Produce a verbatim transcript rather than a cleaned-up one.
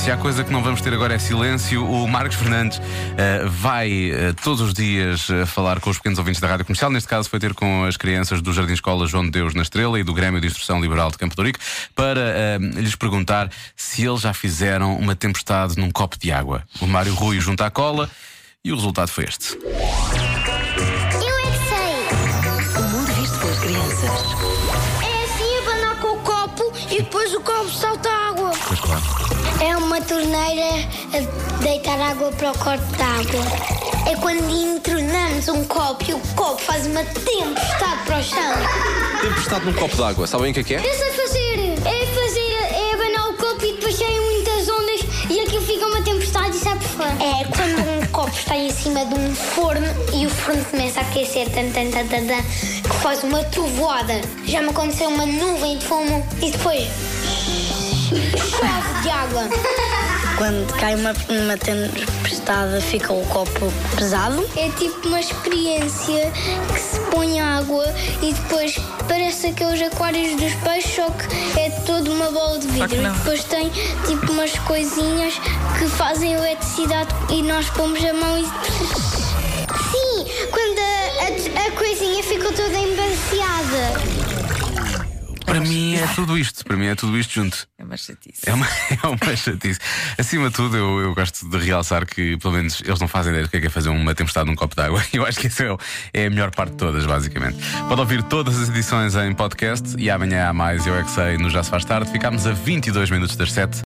Se há coisa que não vamos ter agora é silêncio. O Marcos Fernandes uh, vai uh, todos os dias uh, falar com os pequenos ouvintes da Rádio Comercial. Neste caso foi ter com as crianças do Jardim Escola João de Deus na Estrela e do Grêmio de Instrução Liberal de Campo de Ourique para uh, lhes perguntar se eles já fizeram uma tempestade num copo de água. O Mário Rui junta à cola e o resultado foi este. Eu é que sei! O mundo visto pelas crianças. É assim, abanar com o copo e depois o copo salta a água. Pois claro. É uma torneira a deitar água para o copo de água. É quando entornamos um copo e o copo faz uma tempestade para o chão. Tempestade num copo d'água, sabem o que é que é? Eu sei fazer. É fazer, é abanar o copo e depois saem muitas ondas e aquilo fica uma tempestade e sai por fora. É quando um copo está em cima de um forno e o forno começa a aquecer tan, tan, tan, tan, tan, que faz uma trovoada. Já me aconteceu uma nuvem de fumo e depois chove de água. Quando cai uma, uma tempestade, fica o copo pesado. É tipo uma experiência que se põe água e depois parece aqueles aquários dos peixes, só que é toda uma bola de vidro. E depois tem tipo umas coisinhas que fazem eletricidade e nós pomos a mão e... Sim, quando a, a, a coisinha ficou toda embaciada. Para mim é tudo isto, para mim é tudo isto junto. É uma chatice. É uma, é uma chatice. Acima de tudo, eu, eu gosto de realçar que, pelo menos, eles não fazem ideia do que é, que é fazer uma tempestade num copo de água. Eu acho que isso é, é a melhor parte de todas, basicamente. Pode ouvir todas as edições em podcast e amanhã há mais. Eu é que sei, no Já Se Faz Tarde. Ficámos a vinte e dois minutos das sete.